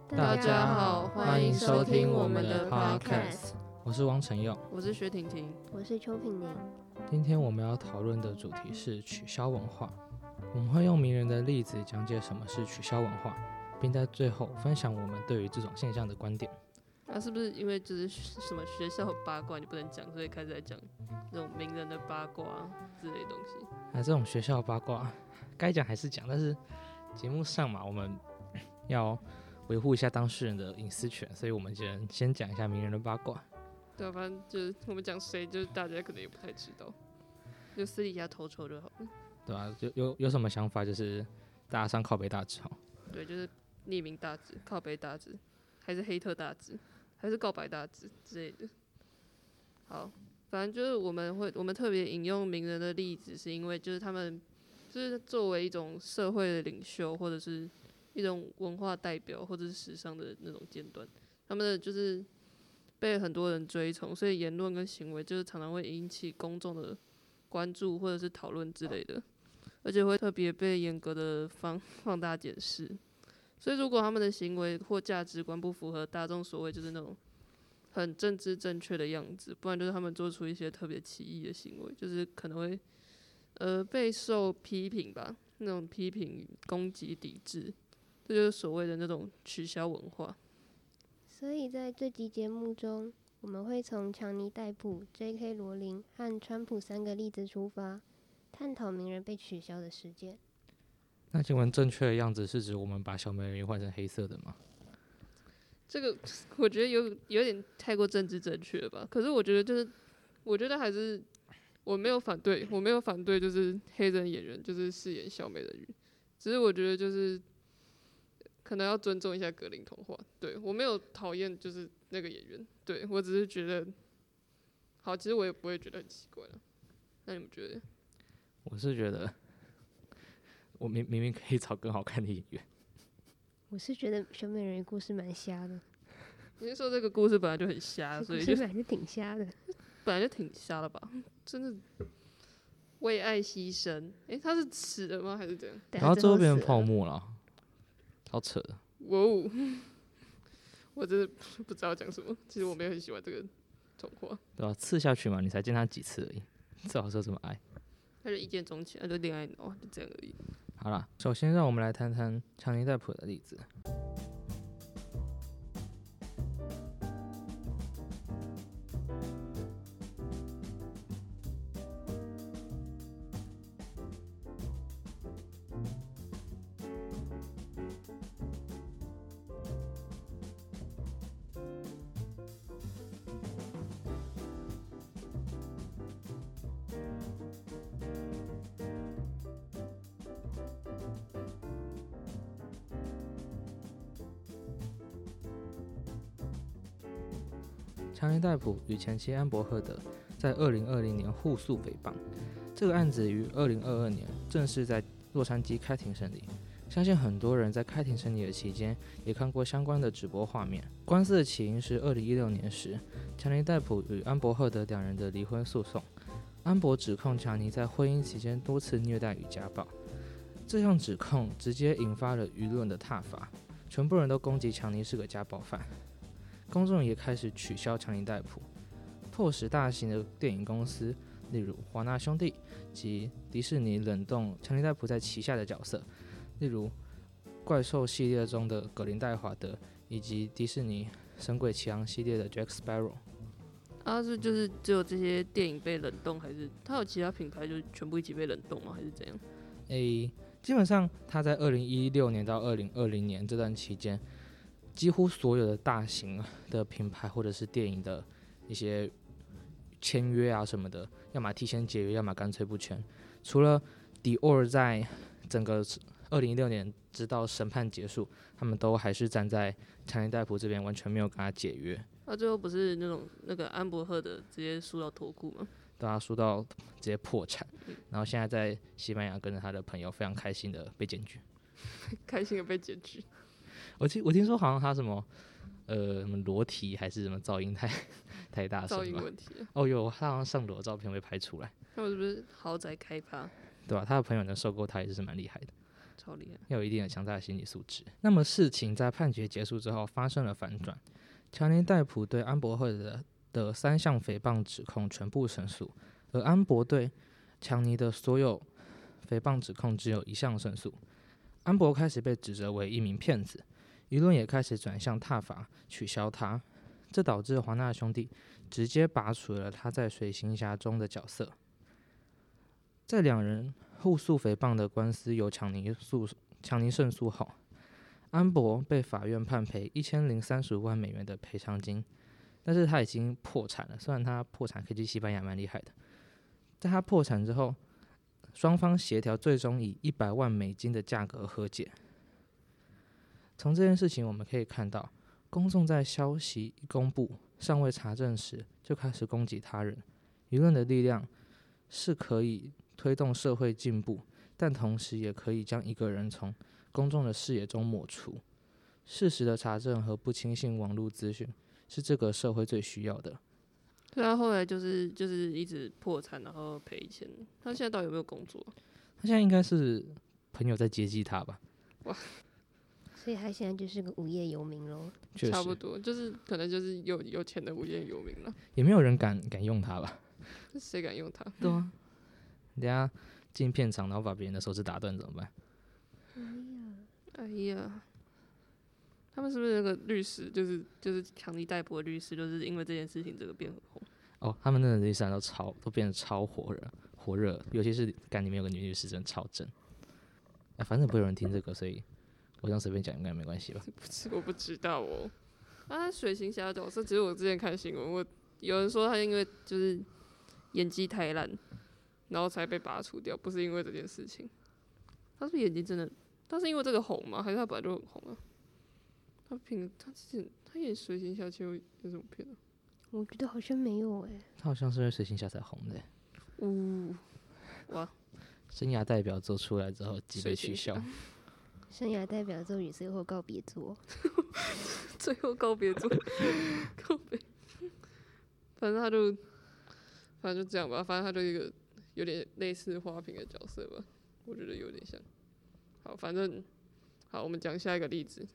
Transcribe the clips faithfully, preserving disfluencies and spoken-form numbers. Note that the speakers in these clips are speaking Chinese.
大家好，欢迎收听我们的 podcast。 我是汪晨佑， 我是薛婷婷， 我是邱品宁。 今天我们要讨论的主题是取消文化。我们会用名人的例子讲解什么是取消文化，并在最后分享我们对于这种现象的观点。 那、啊、是不是因为就是什么学校八卦你不能讲，所以开始在讲那种名人的八卦之类的东西？ 啊，这种学校八卦该讲还是讲，但是节目上嘛，我们要维护一下当事人的隐私权，所以我们先先讲一下名人的八卦。 对啊，反正就是我们讲谁，就是大家可能也不太知道，就私底下偷抽就好了。 对啊，就有有什么想法，就是大家上靠北大直好。 对，就是匿名大直、靠北大直，还是黑特大直，还是告白大直之类的。好，反正就是我们会，我们特别引用名人的例子，是因为就是他们就是作为一种社会的领袖，或者是一种文化代表，或者是时尚的那种尖端，他们的就是被很多人追崇，所以言论跟行为就是常常会引起公众的关注或者是讨论之类的，而且会特别被严格的放放大检视。所以如果他们的行为或价值观不符合大众所谓就是那种很政治正确的样子，不然就是他们做出一些特别奇异的行为，就是可能会呃备受批评吧，那种批评、攻击、抵制，这就是所谓的那种取消文化。 所以在这集节目中，我们会从强尼戴普、J K 罗琳和川普三个例子出发，探讨名人被取消的事件。 那请问正确的样子是指我们把小美人鱼换成黑色的吗？ 这个我觉得有有点太过政治正确了吧？可是我觉得就是，我觉得还是我没有反对，我没有反对，就是黑人演员就是饰演小美人鱼，只是我觉得就是可能要尊重一下格林童话。对，我没有讨厌就是那个演员，对，我只是觉得好，其实我也不会觉得很奇怪了。那你们觉得？ 我是觉得我明明明可以找更好看的演员。 我是觉得小美人鱼故事蛮瞎的。 你是说这个故事本来就很瞎，所以就本来就挺瞎的， 本来就挺瞎的吧？真的为爱牺牲，哎、欸，他是死了吗？还是怎样？ 然后最后变成泡沫了，好扯的。 哇哦！我真的不知道讲什么。其实我没有很喜欢这个童话。 对吧、啊？刺下去嘛，你才见他几次而已，最好是这么爱。 他就一见钟情，他就恋爱脑，就这样而已。 好啦，首先让我们来谈谈强尼戴普的例子。强尼戴普与前妻安伯赫德在二零二零年互诉诽谤，这个案子于二零二二年正式在洛杉矶开庭审理。相信很多人在开庭审理的期间也看过相关的直播画面。官司的起因是二零一六年时，强尼戴普与安伯赫德两人的离婚诉讼。安伯指控强尼在婚姻期间多次虐待与家暴，这项指控直接引发了舆论的挞伐，全部人都攻击强尼是个家暴犯。公众也开始取消强尼戴普，迫使大型的电影公司，例如华纳兄弟及迪士尼冷冻强尼戴普在旗下的角色，例如怪兽系列中的格林戴华德，以及迪士尼神鬼奇航系列的 Jack Sparrow。 啊，是就是只有这些电影被冷冻，还是它有其他品牌就全部一起被冷冻吗？还是怎样？ 诶，基本上他在二零一六年到二零二零年这段期间，几乎所有的大型的品牌或者是电影的一些签约啊什么的，要么提前解约，要么干脆不签。除了 Dior 在整个二零一六年直到审判结束，他们都还是站在强尼戴普这边，完全没有跟他解约。 那、啊、最后不是那种那个安伯赫的直接输到脱裤吗？ 对他输到直接破产，然后现在在西班牙跟着他的朋友非常开心的被检举， 开心的被检举。 我听我听说好像他什么呃什么裸体还是什么噪音太太大声， 噪音问题、啊。 哦有，他好像上裸的照片被拍出来。 他们是不是豪宅开趴？ 对吧、啊？他的朋友能收购他也是蛮厉害的。 超厉害， 要有一定的强大的心理素质。那么事情在判决结束之后发生了反转，强尼戴普对安柏赫的的三项诽谤指控全部胜诉，而安柏对强尼的所有诽谤指控只有一项胜诉。安柏开始被指责为一名骗子，舆论也开始转向挞伐取消他，这导致华纳兄弟直接拔除了他在水行侠中的角色。在两人互诉诽谤的官司由强尼诉强尼胜诉后，安柏被法院判赔一千零三十五万美元的赔偿金，但是他已经破产了。虽然他破产可以去西班牙蛮厉害的，在他破产之后，双方协调最终以一百万美金的价格和解。从这件事情我们可以看到，公众在消息一公布尚未查证时就开始攻击他人，舆论的力量是可以推动社会进步，但同时也可以将一个人从公众的视野中抹除。事实的查证和不轻信网络资讯是这个社会最需要的。 所以他后来就是就是一直破产，然后赔钱。他现在到底有没有工作？ 他现在应该是朋友在接济他吧？ 哇， 所以他现在就是个无业游民咯。 差不多，就是可能就是有有钱的无业游民了。 也没有人敢敢用他吧？ 谁敢用他？ 对啊，等下进片场然后把别人的手指打断怎么办？ 哎呀，他们是不是那个律师，就是就是强尼戴普的律师，就是因为这件事情这个变很红？ 哦，他们那个律师都超都变得超火热火热，尤其是干里面有个女律师真的超正。啊，反正不会有人听这个，所以我这样随便讲应该没关系吧？ 不是，我不知道哦。啊，水行侠的角色，其实我之前看新闻，我有人说他因为就是演技太烂，然后才被拔除掉，不是因为这件事情。他是不是演技真的？他是因为这个红吗？还是他本来就很红啊？他凭他之前他演水行侠，其实有什么片啊？ 我觉得好像没有诶、 他好像是因为水行侠才红的、欸。 呜、哇！ 生涯代表作出来之后即被取消。 生涯代表作与最后告别作。 最后告别作，告别。反正他就，反正就这样吧。反正他就一个有点类似花瓶的角色吧，我觉得有点像。好，反正好，我们讲下一个例子。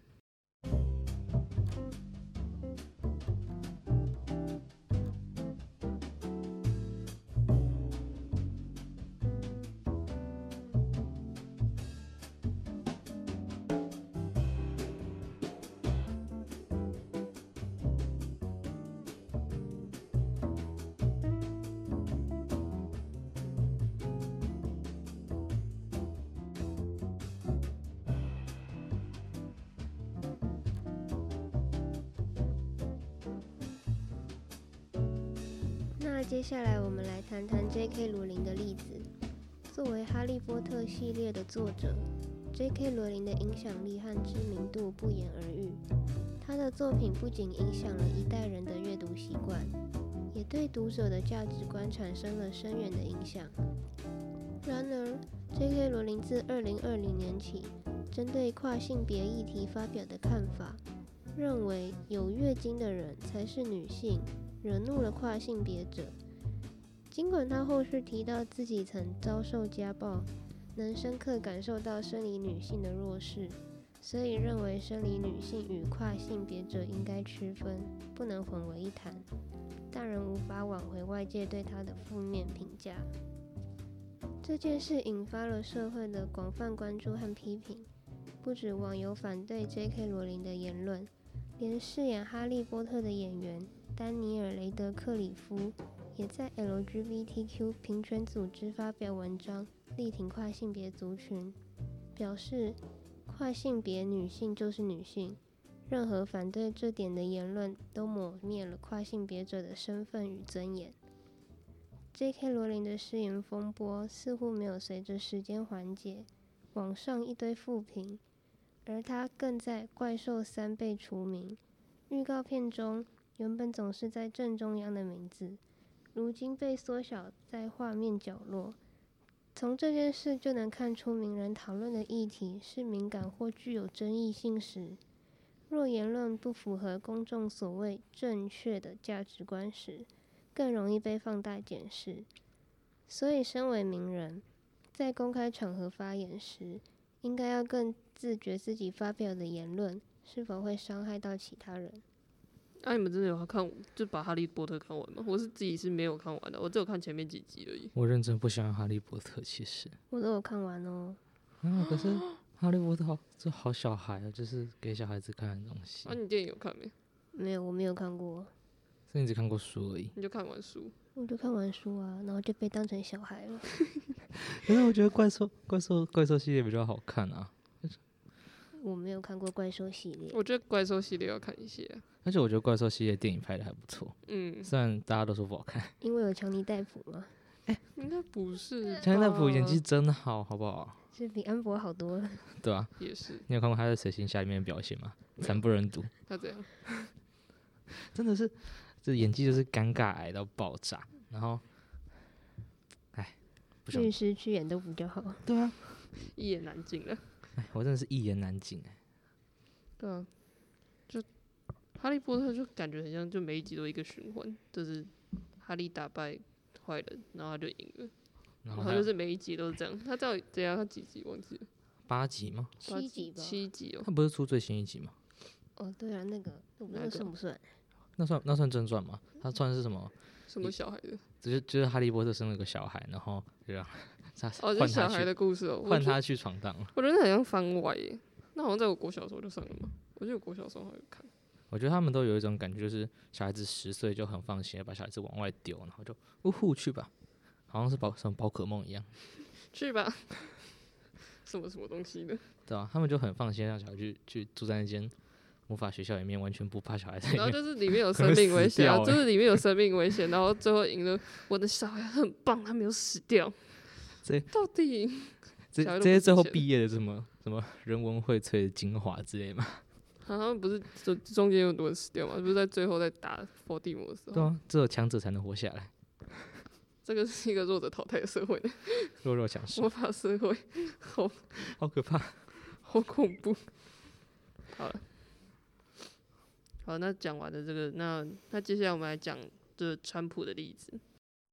那接下来我们来谈谈 J K 罗琳的例子。作为哈利波特系列的作者 ，J K 罗琳的影响力和知名度不言而喻。他的作品不仅影响了一代人的阅读习惯，也对读者的价值观产生了深远的影响。然而 ，J K 罗琳自二零二零年起，针对跨性别议题发表的看法，认为有月经的人才是女性，惹怒了跨性别者。尽管他后续提到自己曾遭受家暴，能深刻感受到生理女性的弱势，所以认为生理女性与跨性别者应该区分，不能混为一谈，但仍无法挽回外界对他的负面评价。这件事引发了社会的广泛关注和批评，不止网友反对 J K 罗琳的言论，连饰演哈利波特的演员丹尼尔·雷德克里夫也在 L G B T Q 平权组织发表文章，力挺跨性别族群，表示跨性别女性就是女性，任何反对这点的言论都抹灭了跨性别者的身份与尊严。J K 罗琳的失言风波似乎没有随着时间缓解，网上一堆负评，而他更在怪兽三被除名。预告片中原本总是在正中央的名字，如今被缩小在画面角落。从这件事就能看出，名人讨论的议题是敏感或具有争议性时，若言论不符合公众所谓正确的价值观时，更容易被放大检视。所以身为名人，在公开场合发言时， 应该要更自觉自己发表的言论是否会伤害到其他人。 那、啊、你们真的有看就把《哈利波特》看完吗？我是自己是没有看完的，我只有看前面几集而已。 我认真不喜欢哈利波特，其实。 我都有看完哦。 啊，可是哈利波特好，这好小孩啊，就是给小孩子看的东西。 啊，你电影有看没？ 没有，我没有看过。 所以你只看过书而已。 你就看完书。 我就看完书啊，然后就被当成小孩了。 可是我觉得怪兽、怪兽、怪兽系列比较好看啊。 我没有看过怪兽系列。 我觉得怪兽系列要看一些、啊。 而且我觉得怪兽系列电影拍的还不错。 嗯。 虽然大家都说不好看。 因为有强尼戴普吗？ 哎、欸，应该不是。 强尼戴普演技真好，好不好？ 是比安博好多了。 对啊。 也是。 你有看过他在《水行侠》里面的表现吗？惨不忍睹。 他怎样？ 真的是，这演技就是尴尬癌到爆炸，然后，哎，不想。 律师去演都比较好。 对啊。 一言难尽了。 哎，我真的是一言难尽哎。 对啊。就哈利波特就感觉很像，就每一集都一个循环，就是哈利打败坏人，然后他就赢了。然后就是每一集都是这样。他到底怎样？他几集忘记了？ 八集吗？ 七集吧。 七集哦。 他不是出最新一集吗？ 哦，对啊，那个那个算不算？ 那算那算正传吗？他算是什么？ 什么小孩的？ 只是就是哈利波特生了个小孩，然后就让他哦，就是小孩的故事哦， 换他去闯荡了。 我觉得很像番外耶，那好像在我国小的时候就上了嘛。我记得我国小的时候好像有看。 我觉得他们都有一种感觉，就是小孩子十岁就很放心的把小孩子往外丢，然后就呜呼去吧，好像是宝什么宝可梦一样， 去吧，什么什么东西的， 对啊，他们就很放心让小孩去去住在那间魔法学校里面，完全不怕小孩在里面。 然后就是里面有生命危险、啊， 欸、 就是里面有生命危险，然后最后赢了，我的小孩很棒，他没有死掉。 这到底这这些最后毕业的什么什么人文荟萃的精华之类吗？ 好像不是中中间有很多人死掉吗？不是在最后在打伏地魔的时候？ 对啊，只有强者才能活下来。 这个是一个弱者淘汰的社会的， 弱肉强食， 魔法社会，好好可怕， 好恐怖。好了，好，那讲完了这个，那那接下来我们来讲这川普的例子。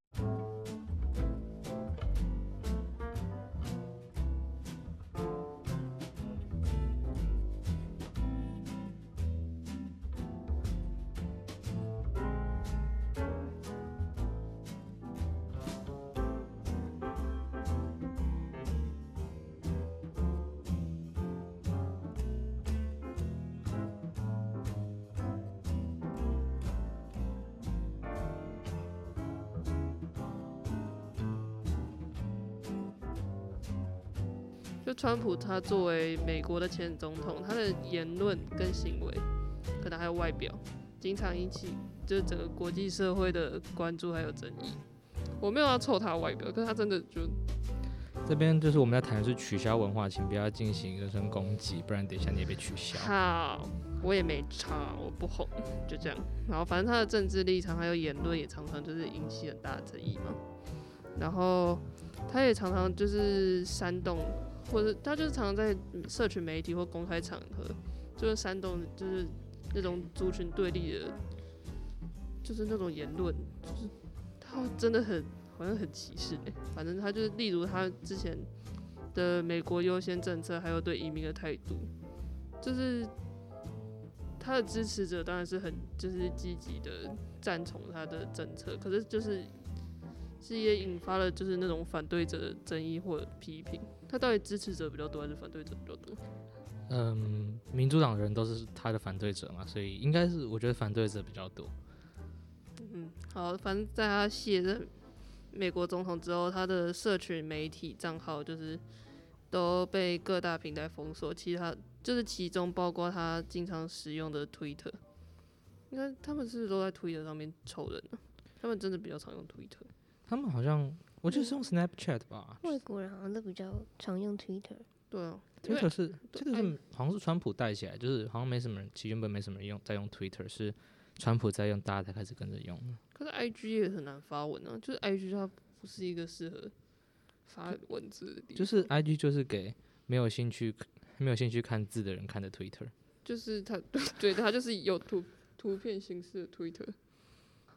就川普他作为美国的前总统，他的言论跟行为，可能还有外表，经常引起就是整个国际社会的关注还有争议。我没有要凑他外表，可是他真的就这边就是我们在谈的是取消文化，请不要进行人身攻击，不然等一下你也被取消。 好，我也没差，我不红，就这样。然后反正他的政治立场还有言论也常常就是引起很大的争议嘛。然后他也常常就是煽动。或者他就是常常在社群媒体或公开场合，就是煽动，就是那种族群对立的，就是那种言论，就是他真的很好像很歧视哎、欸。反正他就是，例如他之前的美国优先政策，还有对移民的态度，就是他的支持者当然是很就是积极的赞同他的政策，可是就是是也引发了就是那种反对者的争议或者批评。他到底支持者比较多还是反对者比较多？ 嗯，民主党人都是他的反对者嘛，所以应该是我觉得反对者比较多。 嗯，好，反正在他卸任美国总统之后，他的社群媒体账号就是都被各大平台封锁，其他就是其中包括他经常使用的 Twitter。应该他们是不是都在 Twitter 上面抽人啊？他们真的比较常用 Twitter。 他们好像。我觉得是用 Snapchat 吧， 外国人好像都比较常用 Twitter。 对啊 ，Twitter 是这个是好像是川普带起来，就是好像没什么人，其实原本没什么人用在用 Twitter， 是川普在用，大家才开始跟着用。 可是 I G 也很难发文啊，就是 I G 它不是一个适合发文字的地方。 就是 I G 就是给没有兴趣没有兴趣看字的人看的 Twitter。 就是它对对，它就是有图图片形式的 Twitter。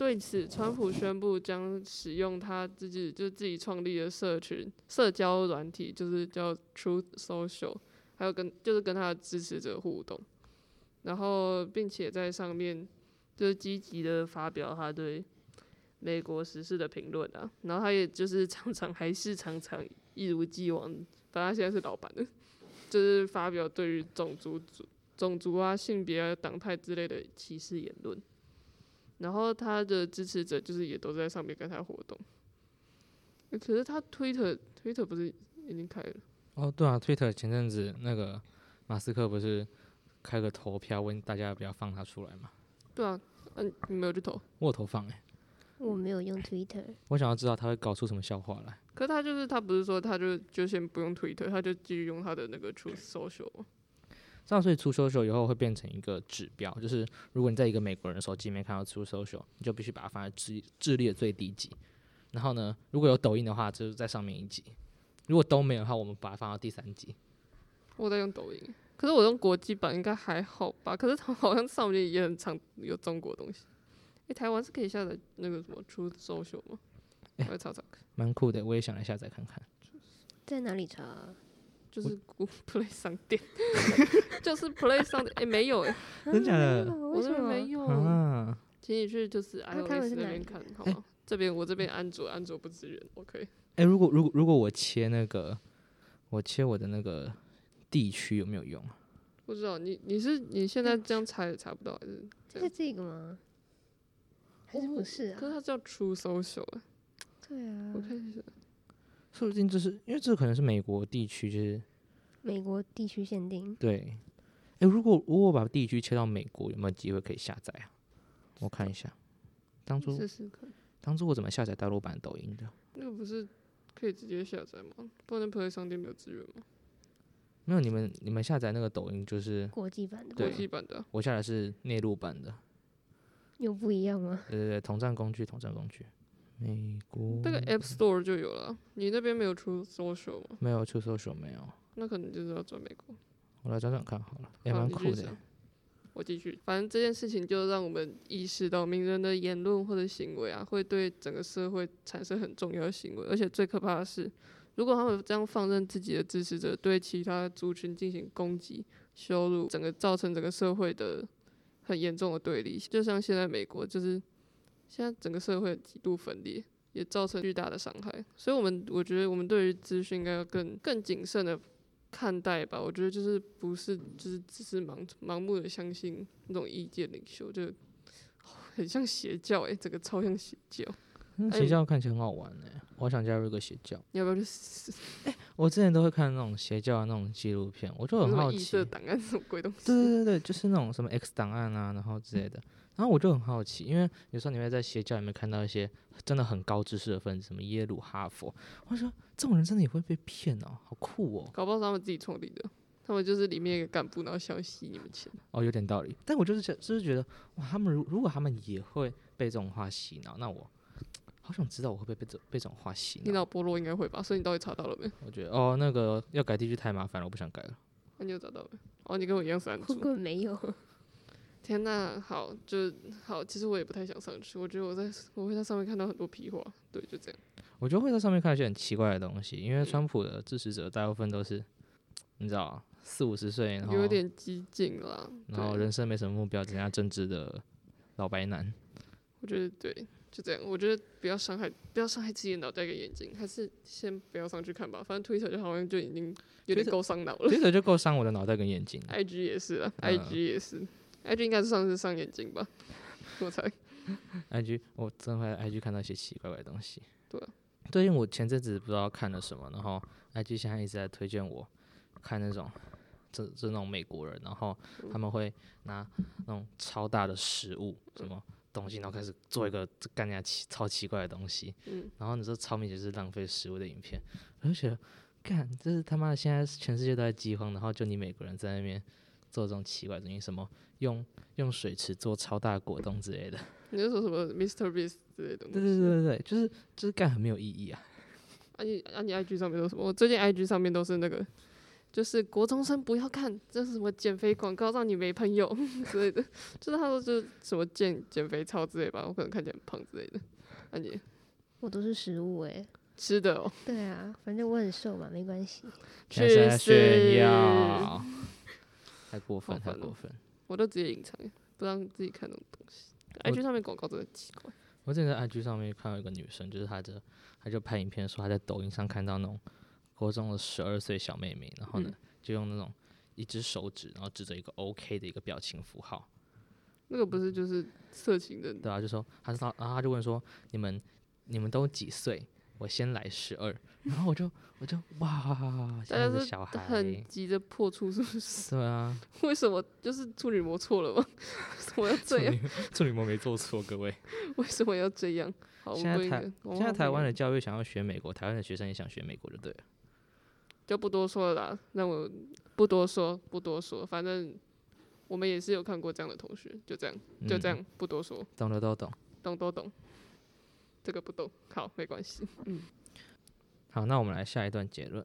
对此，川普宣布将使用他自己就自己创立的社群社交软体，就是叫 Truth Social， 还有跟就是跟他的支持者互动，然后并且在上面就是积极的发表他对美国时事的评论啊，然后他也就是常常还是常常一如既往，反正他现在是老板了，就是发表对于种族种族啊、性别啊、党派之类的歧视言论。然后他的支持者就是也都在上面跟他活动，欸、可是他 Twitter Twitter 不是已经开了？ 哦，对啊 ，Twitter 前阵子那个马斯克不是开个投票问大家要不要放他出来吗？ 对啊，嗯、啊，你没有去投？ 我有投放哎、欸， 我没有用 Twitter， 我想要知道他会搞出什么笑话来。 可是他就是他不是说他就就先不用 Twitter， 他就继续用他的那个 Truth Social 吗？ 这样，所以 True Social 以后会变成一个指标，就是如果你在一个美国人手机里面看到 True Social， 你就必须把它放在智智力的最低级。然后呢，如果有抖音的话，就是在上面一级；如果都没有的话，我们把它放到第三级。 我在用抖音，可是我用国际版应该还好吧？可是它好像上面也很常有中国东西。诶、欸，台湾是可以下载那个什么 Truth Social 吗？我来查查看。 蛮酷的，我也想来下载看看。 在哪里查、啊？ 就是 Google Play 商店，就是 Play 商店，哎、欸，没有哎、 欸，真假的？ 我这边没有啊， 请你去就是 iOS 那边看，好吗？ 欸、 这边我这边安卓，安卓不支援 ，OK。 哎、欸，如果如果如果我切那个，我切我的那个地区有没有用啊？ 不知道，你你是你现在这样查也查不到，还是这是这个吗？还是不是啊？ 可是它叫 True Social 啊。 对啊， 我看一下。 说不定这是因为这可能是美国地区，就是美国地区限定。 对，哎、欸，如果如果我把地区切到美国，有没有机会可以下载啊？我看一下，当初试试看， 当初我怎么下载大陆版抖音的？ 那个不是可以直接下载吗？不然 Play 商店没有资源吗？ 没有，你们你们下载那个抖音就是国际版的， 国际版的、啊， 我下载是内陆版的， 有不一样吗？ 对对对，统战工具，统战工具。美国那个 App Store 就有了，你那边没有出 Social 吗？ 没有出 Social 没有， 那可能就是要转美国。 我来找找看好了，也蛮酷的。 我继续，反正这件事情就让我们意识到，名人的言论或者行为啊，会对整个社会产生很重要的行为，而且最可怕的是，如果他们这样放任自己的支持者对其他族群进行攻击、羞辱，整个造成整个社会的很严重的对立，就像现在美国就是。现在整个社会极度分裂，也造成巨大的伤害，所以我们我觉得我们对于资讯应该要更更谨慎的看待吧。我觉得就是不是就是只是盲盲目的相信那种意见领袖，就、哦、很像邪教哎、欸，整个超像邪教。 嗯、邪教看起来很好玩哎、欸，我想加入一个邪教。 你要不要去试试？ 哎、欸，我之前都会看那种邪教的那种纪录片，我就很好奇。异色档案什么鬼东西？ 对对对，就是那种什么 X 档案啊，然后之类的。嗯，然后我就很好奇，因为有时候你会在邪教里面看到一些真的很高知识的分子，什么耶鲁、哈佛，我说这种人真的也会被骗哦，好酷哦！ 搞不好是他们自己创立的，他们就是里面一个干部，然后想要吸你们钱。 哦，有点道理。但我就是觉，就是觉得，哇，他们如如果他们也会被这种话洗脑，那我好想知道我会不会被这被这种话洗脑。 你脑波弱应该会吧？所以你到底查到了没？ 我觉得哦，那个要改地区太麻烦了，我不想改了。 那、啊、你有找到没？哦，你跟我一样是安卓。 根本没有。 天呐，好，就好。其实我也不太想上去，我觉得我在我会在上面看到很多屁话，对，就这样。 我觉得会在上面看到一些很奇怪的东西，因为川普的支持者大部分都是，你知道，四五十岁，然后有点激进啦， 然后人生没什么目标，只剩下政治的老白男。 我觉得对，就这样。我觉得不要伤害，不要伤害自己的脑袋跟眼睛，还是先不要上去看吧。反正 Twitter 就好像就已经有点够伤脑了。 Twitter 就够伤我的脑袋跟眼睛。 I G 也是啊、 嗯、 ，I G 也是。I G 应该是上次伤眼睛吧，我猜。 I G 我真的会 I G 看到一些奇怪怪的东西。 对啊。 最近我前阵子不知道看了什么，然后 I G 现在一直在推荐我看那种，这这那种美国人，然后他们会拿那种超大的食物什么东西，然后开始做一个干人家奇超奇怪的东西。 嗯。 然后你说超明显是浪费食物的影片，我就觉得，干，这是他妈的现在全世界都在饥荒，然后就你美国人在那边做这种奇怪的东西，什么用用水池做超大果冻之类的。 你是说什么 Mister Beast 之类的东西？ 对对对对，就是就是干很没有意义啊。 啊你啊你 I G 上面都什么？我最近 I G 上面都是那个就是国中生不要看，这是什么减肥广告，让你没朋友之类的。就是他说就是什么减减肥操之类吧，我可能看起来很胖之类的。那、啊、你？ 我都是食物哎、欸， 吃的哦。 对啊，反正我很瘦嘛，没关系。 现在在炫耀，太过分，太过分。 我都直接隐藏，不让自己看那种东西。I G 上面广告真的很奇怪。 我之前在 I G 上面看到一个女生，就是她就她就拍影片说她在抖音上看到那种国中的十二岁小妹妹，然后呢、嗯、就用那种一只手指，然后指着一个 OK 的一个表情符号。 那个不是就是色情的？ 对啊，就说她说，然后她就问说你们你们都几岁？我先来十二，然后我就我就哇，现在的小孩很急着破处是不是？ 对啊， 为什么就是处女膜错了吗？为什么要这样？ 处女膜没做错，各位。 为什么要这样？好， 现在台现在台湾的教育想要学美国，台湾的学生也想学美国，就对了。 就不多说了啦，那我不多说，不多说，反正我们也是有看过这样的同学，就这样，就这样，嗯、不多说。 懂的都懂， 懂都懂。这个不懂，好，没关系。嗯， 好，那我们来下一段结论。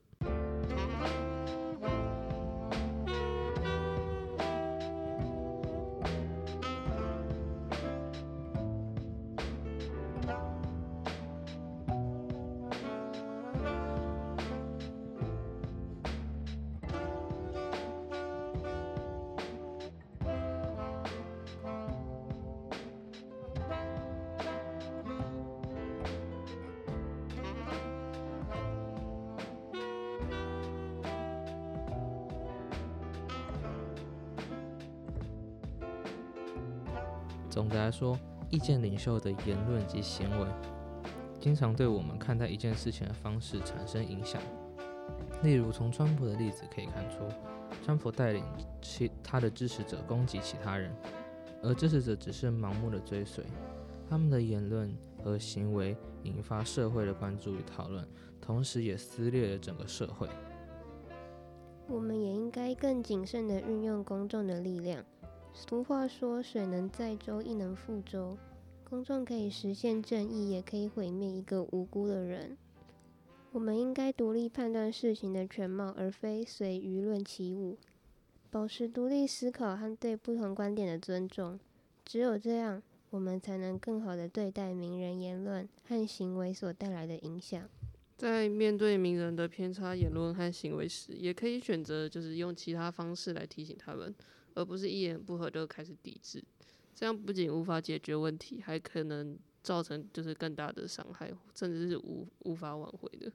总的来说，意见领袖的言论及行为，经常对我们看待一件事情的方式产生影响。例如，从川普的例子可以看出，川普带领其他的支持者攻击其他人，而支持者只是盲目的追随。他们的言论和行为引发社会的关注与讨论，同时也撕裂了整个社会。 我们也应该更谨慎地运用公众的力量。俗话说，水能载舟，亦能覆舟。公众可以实现正义，也可以毁灭一个无辜的人。我们应该独立判断事情的全貌，而非随舆论起舞。保持独立思考和对不同观点的尊重，只有这样，我们才能更好地对待名人言论和行为所带来的影响。 在面对名人的偏差言论和行为时，也可以选择就是用其他方式来提醒他们，而不是一言不合就开始抵制。这样不仅无法解决问题，还可能造成就是更大的伤害，甚至是无无法挽回的。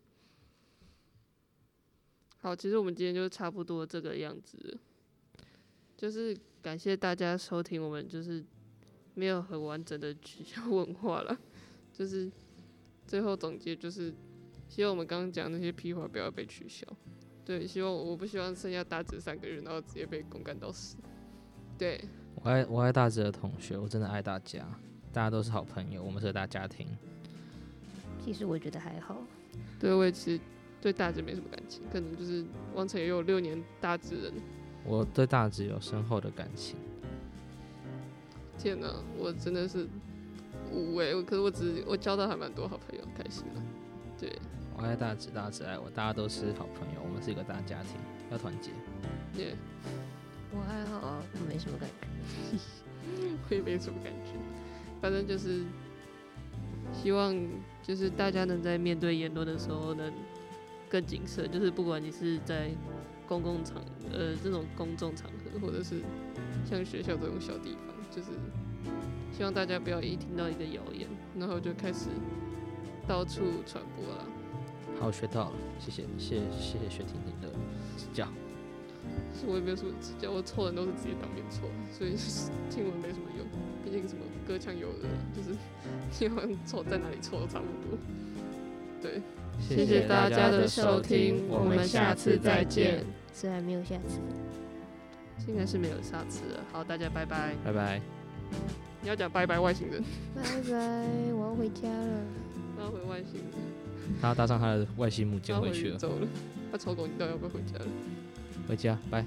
好，其实我们今天就差不多这个样子了，就是感谢大家收听我们就是没有很完整的取消文化了，就是最后总结就是希望我们刚刚讲那些屁话不要被取消。对，希望我不希望剩下大致三个月，然后直接被公干到死。对， 我爱我爱大致的同学，我真的爱大家，大家都是好朋友，我们是个大家庭。 其实我觉得还好。 对，我也其实对大致没什么感情，可能就是王晨也有六年大致人。 我对大致有深厚的感情。 天哪，我真的是无哎、欸，可是我只是我交到还蛮多好朋友，开心了。对， 我爱大致，大致爱我，大家都是好朋友，我们是一个大家庭，要团结。 耶、yeah ， 我还好啊，我没什么感觉。 我也没什么感觉，反正就是希望就是大家能在面对言论的时候能更谨慎，就是不管你是在公共场呃这种公众场合，或者是像学校这种小地方，就是希望大家不要一听到一个谣言，然后就开始到处传播啦。 好，学到了，谢谢谢谢谢谢薛婷婷的指教。 是我也没有什么指教，我错人都是直接当面错，所以听闻没什么用。毕竟什么歌腔有耳，就是听闻错在哪里错都差不多。对，谢谢大家的收听，我们下次再见。 虽然没有下次， 应该是没有下次了。好，大家拜拜， 拜拜。 你要讲拜拜外星人， 拜拜，我要回家了。 他要回外星人， 他要搭上他的外星母舰回去了。 走了。他丑狗，你到底要不要回家了？ 回家，拜。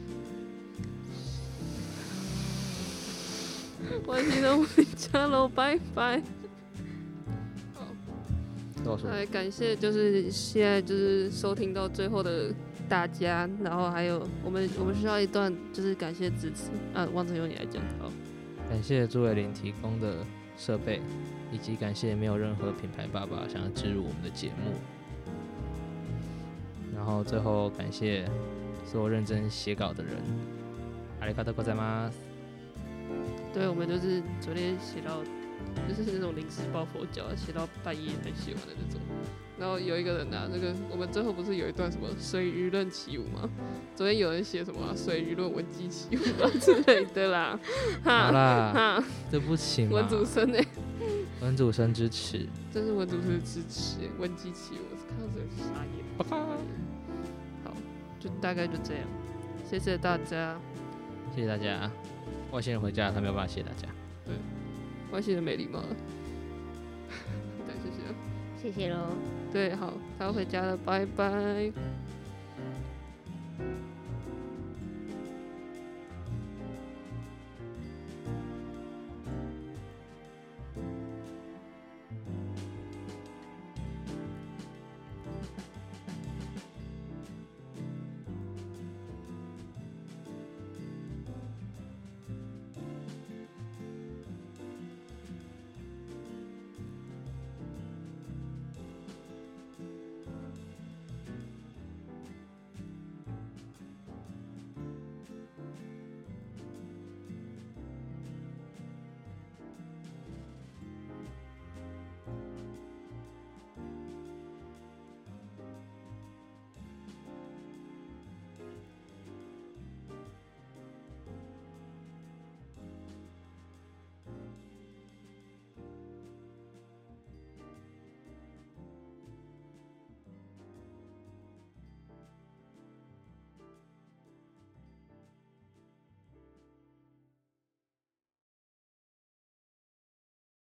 外星人回家喽，拜拜。好，来感谢就是现在就是收听到最后的大家，然后还有我们我们需要一段就是感谢支持啊，王晨由你来讲，好。 感谢朱伟林提供的设备，以及感谢没有任何品牌爸爸想要植入我们的节目。然后最后感谢所有认真写稿的人，ありがとうございます。 对，我们就是昨天写到，就是那种临时抱佛脚，写到半夜才写完的那种。然后有一个人啊，那个我们最后不是有一段什么水舆论起舞吗？昨天有人写什么、啊、水舆论文姬起舞啊之类的啦。 好啦， 哈， 对不起嘛， 文主生哎、欸， 文主生支持， 真是文主生支持、欸，文姬起舞，我是看到这个傻眼。 拜拜。 好，就大概就这样，谢谢大家， 谢谢大家。外星人回家，他没有办法谢谢大家。 对，外星人没礼貌了。对，谢谢。 谢谢喽。 对，好，他要回家了，拜拜。